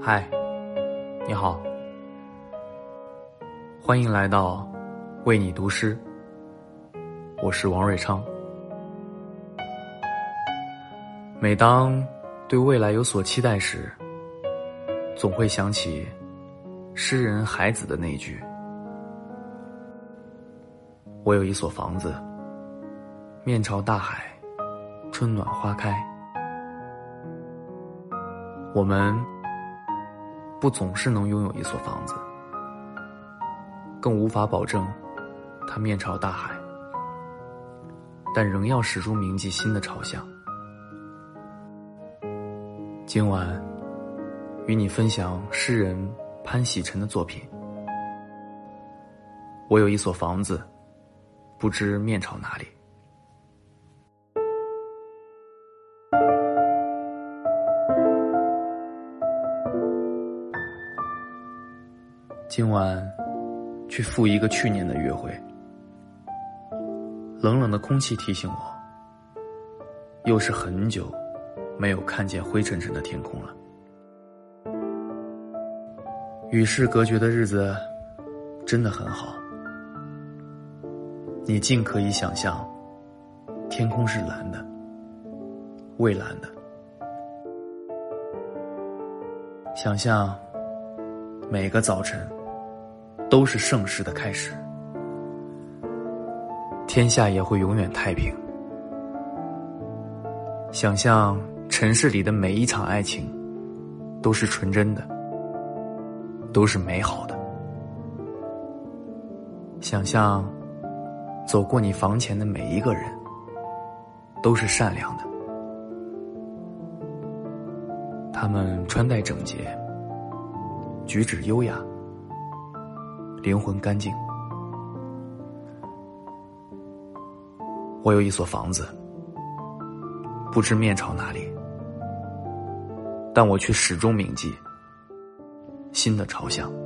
嗨，你好，欢迎来到为你读诗，我是王瑞昌。每当对未来有所期待时，总会想起诗人海子的那句：我有一所房子，面朝大海，春暖花开。我们不总是能拥有一所房子，更无法保证它面朝大海，但仍要始终铭记新的朝向。今晚与你分享诗人潘喜晨的作品。我有一所房子，不知面朝哪里。今晚去赴一个去年的约会，冷冷的空气提醒我，又是很久没有看见灰沉沉的天空了。与世隔绝的日子真的很好，你尽可以想象天空是蓝的，蔚蓝的，想象每个早晨都是盛世的开始，天下也会永远太平。想象尘世里的每一场爱情都是纯真的，都是美好的。想象走过你房前的每一个人都是善良的，他们穿戴整洁，举止优雅，灵魂干净。我有一所房子，不知面朝哪里，但我却始终铭记新的朝向。